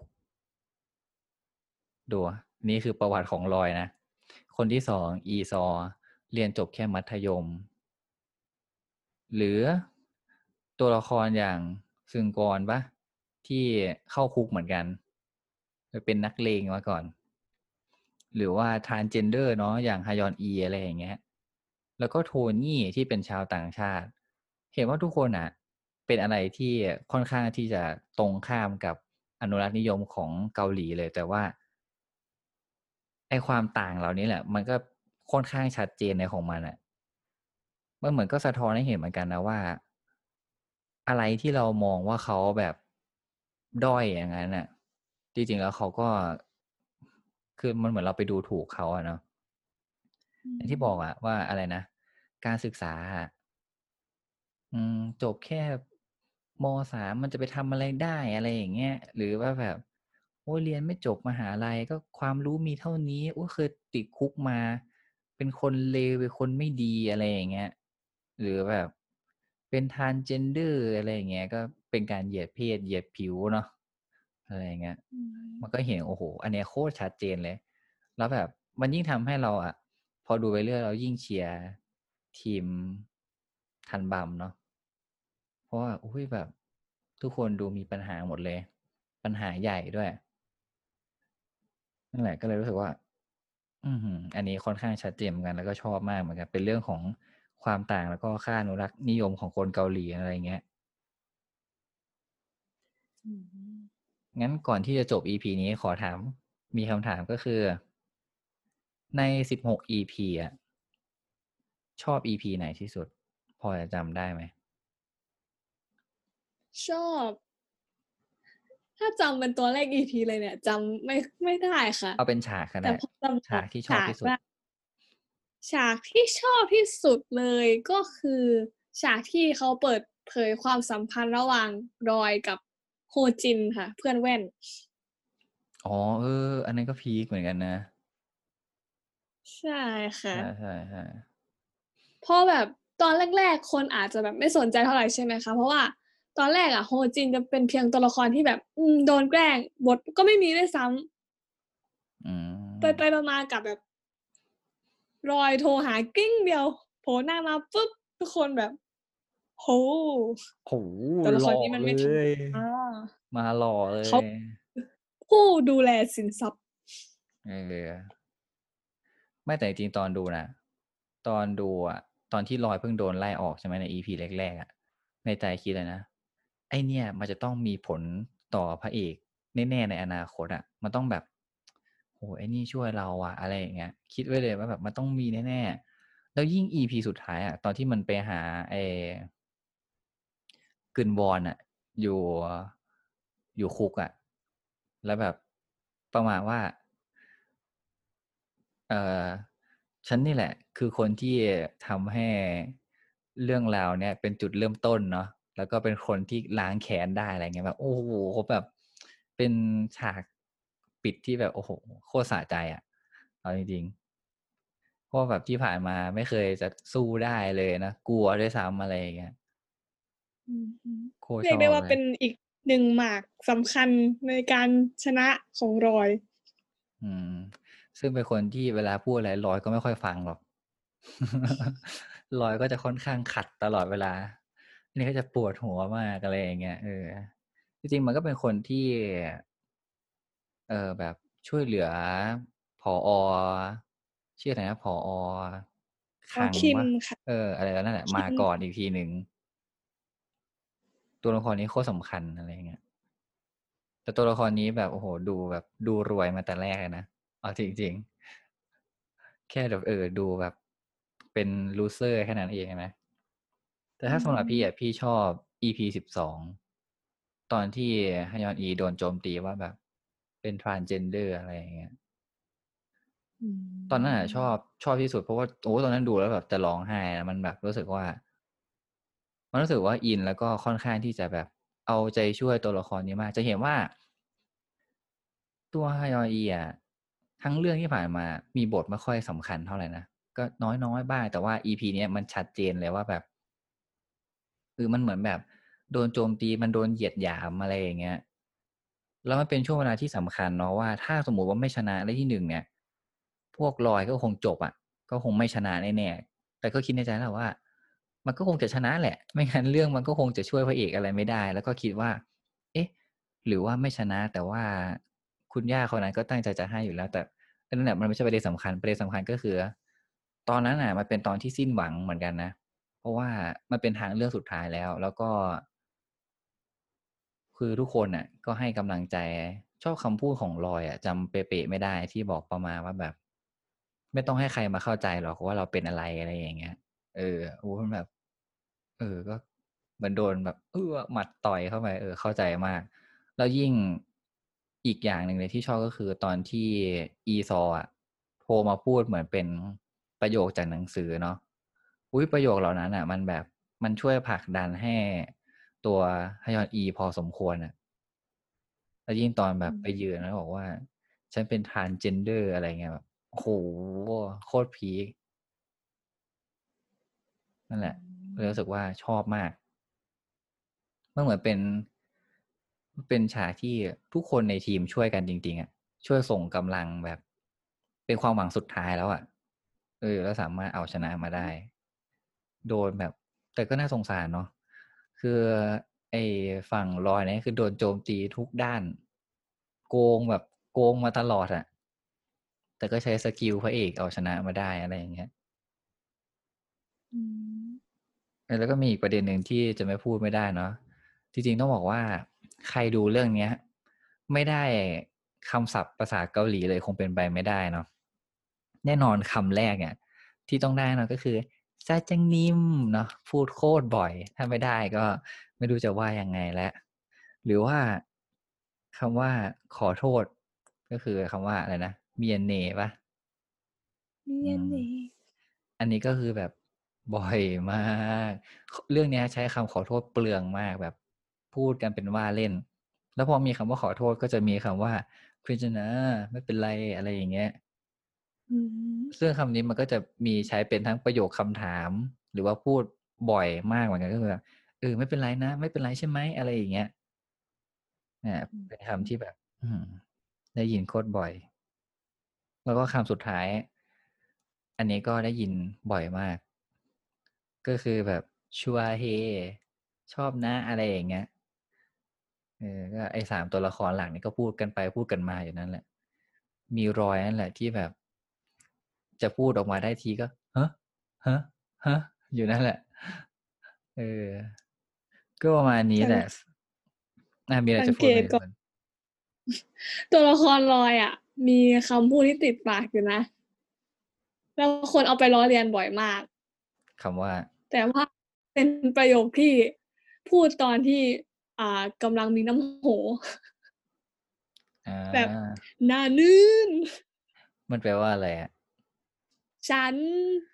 ดูนี่คือประวัติของรอยนะคนที่สองอีซอเรียนจบแค่มัธยมหรือตัวละครอย่างซึงกรปะที่เข้าคุกเหมือนกันไปเป็นนักเลงมาก่อน หรือว่า transgender เนาะอย่างฮยอนอีอะไรอย่างเงี้ยแล้วก็โทนี่ที่เป็นชาวต่างชาติเห็นว่าทุกคนอ่ะเป็นอะไรที่ค่อนข้างที่จะตรงข้ามกับอนุรักษ์นิยมของเกาหลีเลยแต่ว่าไอ้ความต่างเหล่านี้แหละมันก็ค่อนข้างชัดเจนในของมันอ่ะมันเหมือนก็สะท้อนให้เห็นเหมือนกันนะว่าอะไรที่เรามองว่าเขาแบบด้อยอย่างนั้นน่ะจริงๆแล้วเขาก็คือมันเหมือนเราไปดูถูกเขาอะเนาะอือย่างที่บอกอะมว่าอะไรนะการศึกษาอะอืมจบแค่มสามมันจะไปทำอะไรได้อะไรอย่างเงี้ยหรือว่าแบบโอ๊ยเรียนไม่จบมหาลัยก็ความรู้มีเท่านี้โอ๊ยเคยติดคุกมาเป็นคนเลวเป็นคนไม่ดีอะไรอย่างเงี้ยหรือแบบเป็น transgender อะไรอย่างเงี้ยก็เป็นการเหยียดเพศเหยียดผิวเนาะอะไรอย่างเงี้ยอืมันก็มเห็นโอ้โฮอันเนี้ยโคตรชัดเจนเลยแล้วแบบมันยิ่งทำให้เราอะพอดูไปเรื่อยเรายิ่งเชียร์ทีมทันบัมเนาะ เพราะว่าอุ๊ยแบบทุกคนดูมีปัญหาหมดเลยปัญหาใหญ่ด้วยนั่นแหละก็เลยรู้สึกว่าอื้อฮืออันนี้ค่อนข้างชัดเจนเหมือนกันแล้วก็ชอบมากเหมือนกันเป็นเรื่องของความต่างแล้วก็ค่าอนุรักษ์นิยมของคนเกาหลีอะไรอย่างเงี้ยอืมงั้นก่อนที่จะจบ อี พี นี้ขอถามมีคำถามก็คือในสิบหก อี พี อะชอบ อี พี ไหนที่สุดพอจะจำได้ไหมชอบถ้าจำเป็นตัวเลข อี พี เลยเนี่ยจำไม่ไม่ได้ค่ะเอาเป็นฉากก็ได้แต่พอจำตัวฉากที่ชอบที่สุดฉากได้ฉากที่ชอบที่สุดเลยก็คือฉากที่เขาเปิดเผยความสัมพันธ์ระหว่างรอยกับโฮจินค่ะเพื่อนแว่นอ๋อเอออันนั้นก็พีกเหมือนกันนะใช่ค่ะใช่ๆๆเพราะแบบตอนแรกๆคนอาจจะแบบไม่สนใจเท่าไรใช่ไหมคะเพราะว่าตอนแรกอะโฮจินจะเป็นเพียงตัวละครที่แบบอืมโดนแกล้งบทก็ไม่มีด้วยซ้อืำมไปๆมาๆกลับแบบรอยโทรหากริ้งเดียวโผล่หน้ามาปุ๊บทุกคนแบบโอ้โฮโอ้โฮตัวละครหล่อเลนี้มันไม่ธรรมยดามาหล่อเลเขายผู้ดูแลสินทรัพย์เออไม่แต่จริงๆตอนดูนะตอนดูอะตอนที่ลอยเพิ่งโดนไล่ออกใช่ไหมใน อี พี แรกๆอะในใจคิดเลยนะไอ้เนี่ยมันจะต้องมีผลต่อพระเอกแน่ๆในอนาคตอะมันต้องแบบโอ้โฮไอ้นี่ช่วยเราอะอะไรอย่างเงี้ยคิดไว้เลยว่าแบบมันต้องมีแน่ๆแล้วยิ่ง อี พี สุดท้ายอะตอนที่มันไปหาไอ้ กึนวอนอะอยู่อยู่คุกอะแล้วแบบประมาณว่าเอ่อฉันนี่แหละคือคนที่ทำให้เรื่องราวเนี้ยเป็นจุดเริ่มต้นเนาะแล้วก็เป็นคนที่ล้างแค้นได้อะไรเงี้ยแบบโอ้โฮแบบเป็นฉากปิดที่แบบโอ้โฮโคตรสะใจอะเอาจริงๆเพราะว่าแบบที่ผ่านมาไม่เคยจะสู้ได้เลยนะกลัวด้วยซ้ำอะไรอย่างเงี้ยอือฮึโคตรเรียกได้ว่าชอบเลยเป็นอีกหนึ่งหมากสำคัญในการชนะของรอยอืม ซึ่งเป็นคนที่เวลาพูดอะไรรอยก็ไม่ค่อยฟังหรอก รอยก็จะค่อนข้างขัดตลอดเวลา อันนี้ก็จะปวดหัวมากอะไรอย่างเงี้ย เออ จริงๆ มันก็เป็นคนที่ เออ แบบช่วยเหลือ ผอ. ชื่ออะไรนะ ผอ. คอ๋อลังคิเมปล่า? ค่ะเออ อะไรนั่นแหละคมาิมก่อนอีกทีหนึ่ง ตัวละครนี้โคตรสำคัญ อะไรอย่างเงี้ย แต่ตัวละครนี้แบบ โอ้โฮ ดูแบบดูรวยมาแต่แรกเลยนะ เอาจริง ๆ แค่แบบ เออ ดูแบบเป็น loser แค่นั้นเองนะ แต่อืถ้าสำหรับพี่อมะ พี่ชอบ อี พี สิบสอง ตอนที่ Hyeon-i โดนโจมตีว่าแบบเป็น transgender อะไรอย่างเงี้ยอืตอนนั้นอะชอมบ ชอบที่สุด เพราะว่า โอ้ ตอนนั้นดูแล้วแบบจะร้องไห้อะ มันแบบรู้สึกว่า มันรู้สึกว่าอิน แล้วก็ค่อนข้างที่จะแบบเอาใจช่วยตัวละครนี้มาก จะเห็นว่า ตัว Hyeon-i อะ ทั้งเรื่องที่ผ่านมามีบทไม่ค่อยสำคัญเท่าไรนะ ก็น้อย ๆ บ้าง แต่ว่า อี พี เนี้ยมันชัดเจนเลยว่าแบบ คือมันเหมือนแบบโดนโจมตี มันโดนเหยียดหยาม อะไรอย่างเงี้ย แล้วมันเป็นช่วงเวลาที่สำคัญเนาะว่า ถ้าสมมุติว่าไม่ชนะได้ที่ หนึ่ง เนี่ย พวกรอยก็คงจบอะ ก็คงไม่ชนะแน่ ๆ แต่ก็คิดในใจแล้วแหละว่า มันก็คงจะชนะแหละ ไม่งั้นเรื่องมันก็คงจะช่วยพระเอกอะไรไม่ได้ แล้วก็คิดว่า เอ๊ะ หรือว่าไม่ชนะ แต่ว่าคุณย่าคนนั้นก็ตั้งใจจะให้อยู่แล้ว แต่นั่นแหละมันไม่ใช่ประเด็นสำคัญ ประเด็นสำคัญก็คือ ตอนนั้นน่ะมันเป็นตอนที่สิ้นหวังเหมือนกันนะ เพราะว่ามันเป็นทางเลือกสุดท้ายแล้ว แล้วก็ คือทุกคนน่ะก็ให้กำลังใจ ชอบคำพูดของรอยอะ จำเป๊ะ ๆ ไม่ได้ ที่บอกประมาณว่าแบบ "ไม่ต้องให้ใครมาเข้าใจหรอกว่าเราเป็นอะไร" อะไรอย่างเงี้ย เออ โอ้ มันแบบ เออ ก็เหมือนโดนแบบ เอื้อ หมัดต่อยเข้าไป เออ เข้าใจมาก แล้วยิ่งอีกอย่างหนึ่งเลยที่ชอบ ก็คือตอนที่ Lee-seol อะโทรมาพูดเหมือนเป็นประโยคจากหนังสือเนาะ อุ๊ย ประโยคเหล่านั้นน่ะมันแบบ มันช่วยผลักดันให้ตัว Hyeon-i พอสมควรน่ะ แล้วยิ่งตอนแบอืบไปยืนมแล้วบอกว่า "ฉันเป็น transgender" อะไรอย่างเงี้ย แบบ โอ้โฮ โคตรพีก นั่อนแืหละ เลยรู้สึมกว่าชอบมาก มันเหมือนเป็น เป็นฉากที่ทุกคนในทีมช่วยกันจริง ๆ อะ ช่วยส่งกำลังแบบ เป็นความหวังสุดท้ายแล้วอะ เออ แล้วสามารถเอาชนะมาได้ โดนแบบ แต่ก็น่าสงสารเนาะ คือไอ้ฝั่งรอยเนี่ย คือโดนโจมตีทุกด้าน โกงแบบโกงมาตลอดอะ แต่ก็ใช้สกิลพระเอกเอาชนะมาได้ อะไรอย่างเงี้ยอืมเออ แล้วก็มีอีกประเด็นหนึ่งที่จะไม่พูดไม่ได้เนาะ จริง ๆ ต้องบอกว่า ใครดูเรื่องเนี้ยไม่ได้คำศัพท์ภาษาเกาหลีเลยคงเป็นไปไม่ได้เนาะ แน่นอนคำแรกเนี่ยที่ต้องได้เนาะ ก็คือ "짜장님" เนาะ พูดโคตรบ่อย ถ้าไม่ได้ก็ไม่รู้จะว่ายังไงแล้ว หรือว่าคำว่าขอโทษ ก็คือคำว่าอะไรนะ "미안해" เปล่า? อืม "미안해" อันนี้ก็คือแบบบ่อยมาก ข เรื่องเนี้ยใช้คำขอโทษเปลืองมาก แบบพูดกันเป็นว่าเล่น แล้วพอมีคำว่าขอโทษ ก็จะมีคำว่า "괜찮아" ไม่เป็นไร อะไรอย่างเงี้ยอืมซึ่งคำนี้มันก็จะมีใช้เป็นทั้งประโยคคำถาม หรือว่าพูดบ่อยมากเหมือนกัน ก็คือแบบ "เออ ไม่เป็นไรนะ ไม่เป็นไรใช่ไหม?" อะไรอย่างเงี้ย เนี่ยอือเป็นคฮึำที่แบบ อื้อฮือ ได้ยินโคตรบ่อย แล้วก็คำสุดท้าย อันนี้ก็ได้ยินบ่อยมาก ก็คือแบบ "좋아해" ชอบนะ อะไรอย่างเงี้ย เออ ก็ไอ้ สาม ตัวละครหลักนี่ก็พูดกันไปพูดกันมาอยู่นั่นแหละ มีรอยนั่นแหละที่แบบ จะพูดออกมาได้ทีก็ "ฮะ? ฮะ? ฮะ?" อยู่นั่นแหละ เออ ก็ประมาณนี้สังแหละ ส อา มีอะไรสังจะเพกูดไหมตก่อนคุณ? ตัวละครรอยอะ มีคำพูดที่ติดปากอยู่นะ แล้วคนเอาไปล้อเลียนบ่อยมากคำว่า? แต่ว่า เป็นประโยคที่พูดตอนที่ อ่า กำลังมีน้ำโหอแบบา "나는" มันแปลว่าอะไรอะ? ฉัน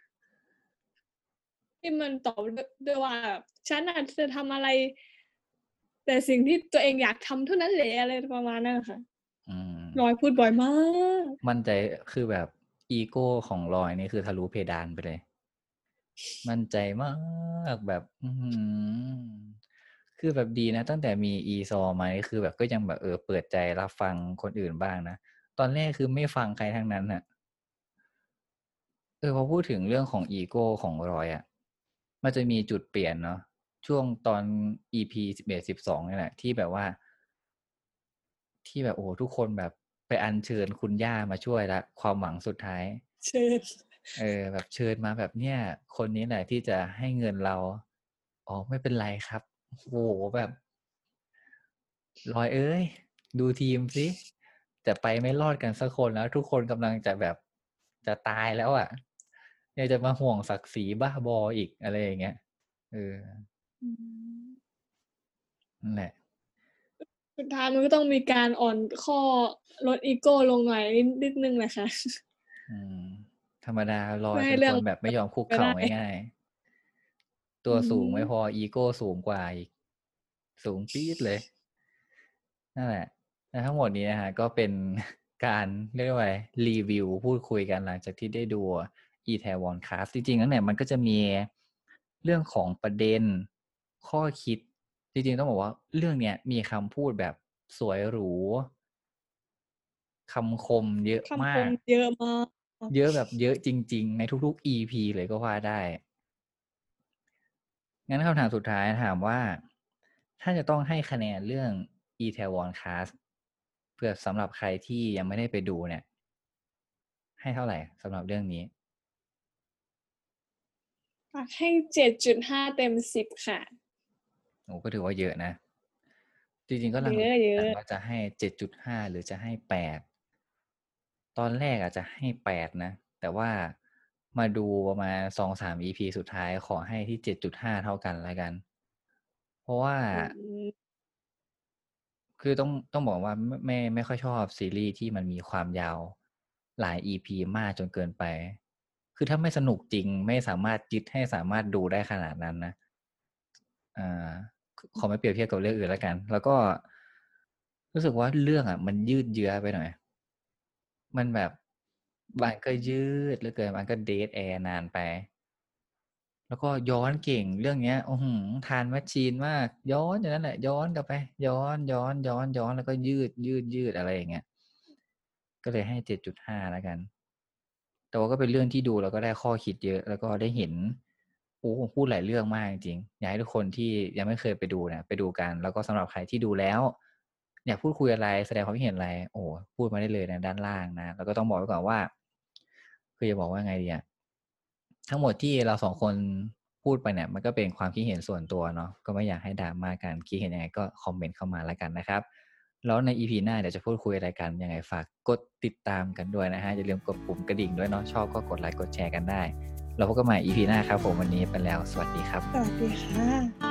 ที่มันตอบ ด ด้วยว่าแบบ "ฉันน่ะจะทำอะไร" แต่สิ่งที่ตัวเองอยากทำเท่านั้นแหละ อะไรประมาณนั้นอะค่ะอืรมอยพูดบ่อยมากมั่นใจ คือแบบอีโกของรอยนี่คือทะลุเพดานไปเลย มั่นใจมาก แบบ อื้อฮือคือแบบดีนะ ตั้งแต่มี อีซอ มานี่คือแบบก็ยังแบบ เออ เปิดใจรับฟังคนอื่นบ้างนะ ตอนแรกคือไม่ฟังใครทั้งนั้นน่ะ เออ พอพูดถึงเรื่องของอีโกของรอยอะ มันจะมีจุดเปลี่ยนเนาะ ช่วงตอน อี พี สิบเอ็ด สิบสอง เนี่ยแหละ ที่แบบว่า ที่แบบ โอ้โฮ ทุกคนแบบไปอัญเชิญคุณย่ามาช่วยแล้ว ความหวังสุดท้ายเชิญเออ แบบเชิญมาแบบ เนี่ย คนนี้แหละที่จะให้เงินเรา อ๋อ ไม่เป็นไรครับ โอ้โฮ แบบ รอยเอ๊ย ดูทีมสิ จะไปไม่รอดกันสักคนแล้ว ทุกคนกำลังจะแบบจะตายแล้วอะ ยังจะมาห่วงศักดิ์ศรีบ้าบออีก อะไรอย่างเงี้ย เอออืมนั่นแหละสุดท้ายมันก็ต้องมีการอ่อนข้อ ลดอีโกลงหน่อยนิด นิดหนึ่งแหละค่ะอืม ธรรมดา รเอพื่อใหยเ้เรืป็นค่องนแบบไม่ยอมคุกไปเข่ไาด้ง่าย ๆ ตอัืวสูงไม่มพอ อีโกสูงกว่าอีก สูงปี๊ดเลย นั่นแหละ และทั้งหมดนี้นะครับ ก็เป็น การ เรียกว่าไร รีวิวพูดคุยกันหลังจากที่ได้ดู Itaewon Class จริง ๆ แล้วเนี่ยมันก็จะมีเรื่องของประเด็น ข้อคิด จริง ๆ ต้องบอกว่า เรื่องเนี้ยมีคำพูดแบบสวยหรู คำคมเยอะคมำคากมเยอะมากเยอะแบบเยอะจริง ๆ ในทุก ๆ อีพี เลยก็ว่าได้ งั้นคำถามสุดท้ายถามว่า ถ้าจะต้องให้คะแนนเรื่อง Itaewon Class เผื่อสำหรับใครที่ยังไม่ได้ไปดูเนี่ย ให้เท่าไรสำหรับเรื่องนี้? ปักให้ เจ็ดจุดห้า เต็ม สิบ ค่ะโอ้ ก็ถือว่าเยอะนะ จริง ๆ ก็เลังเลยอะกันวๆ่าจะให้ เจ็ดจุดห้า หรือจะให้ แปด ตอนแรกอะจะให้ แปด นะ แต่ว่ามาดูประมาณ สองสาม อีพีสุดท้ายขอให้ที่ เจ็ดจุดห้า เท่ากันแล้วกัน เพราะว่าอืมคือต้อง ต้องบอกว่า ม ไม่ ไม่ค่อยชอบซีรีส์ที่มันมีความยาวหลายอีพีมากจนเกินไป คือถ้าไม่สนุกจริง ไม่สามารถยึดให้สามารถดูได้ขนาดนั้นนะ อ่า ข ขอไม่เปรียบเทียบกับเรื่องอื่นแล้วกัน แล้วก็ รู้สึกว่าเรื่องอะมันยืดเยื้อไปหน่อย มันแบบบางก็ยืดเหลือเกิน บางก็ dead air นานไป แล้วก็ย้อนเก่ง เรื่องเนี้ย อื้อฮือ Time Machine มาก ย้อนอยู่นั่นแหละ ย้อนกลับไป ย้อน ๆ ๆ ๆ แล้วก็ยืด ๆ ๆ อะไรอย่างเงี้ย ก็เลยให้ เจ็ดจุดห้า แล้วกัน แต่ว่าก็เป็นเรื่องที่ดูแล้วก็ได้ข้อคิดเยอะ แล้วก็ได้เห็น โอ้โฮ พูดหลายเรื่องมากจริง ๆ อยากให้ทุกคนที่ยังไม่เคยไปดูเนี่ยไปดูกัน แล้วก็สำหรับใครที่ดูแล้ว อยากพูดคุยอะไร แสดงความคิดเห็นอะไร โอ้โฮ พูดมาได้เลยนะด้านล่างนะ แล้วก็ต้องบอกไว้ก่อนว่า คือจะบอกว่าไงดีอะ ทั้งหมดที่เรา สอง คนพูดไปเนี่ย มันก็เป็นความคิดเห็นส่วนตัวเนาะ ก็ไม่อยากให้ drama กัน คิดเห็นยังไงก็คอมเมนต์เข้ามาแล้วกันนะครับ แล้วใน อี พี หน้าเดี๋ยวจะพูดคุยอะไรกัน ยังไงฝากกดติดตามกันด้วยนะครับ อย่าลืมกดปุ่มกระดิ่งด้วยเนาะ ชอบก็กดไลก์กดแชร์กันได้ แล้วพบกันใหม่ อี พี หน้าครับผม วันนี้ไปแล้ว สวัสดีครับสวัสดีค่ะ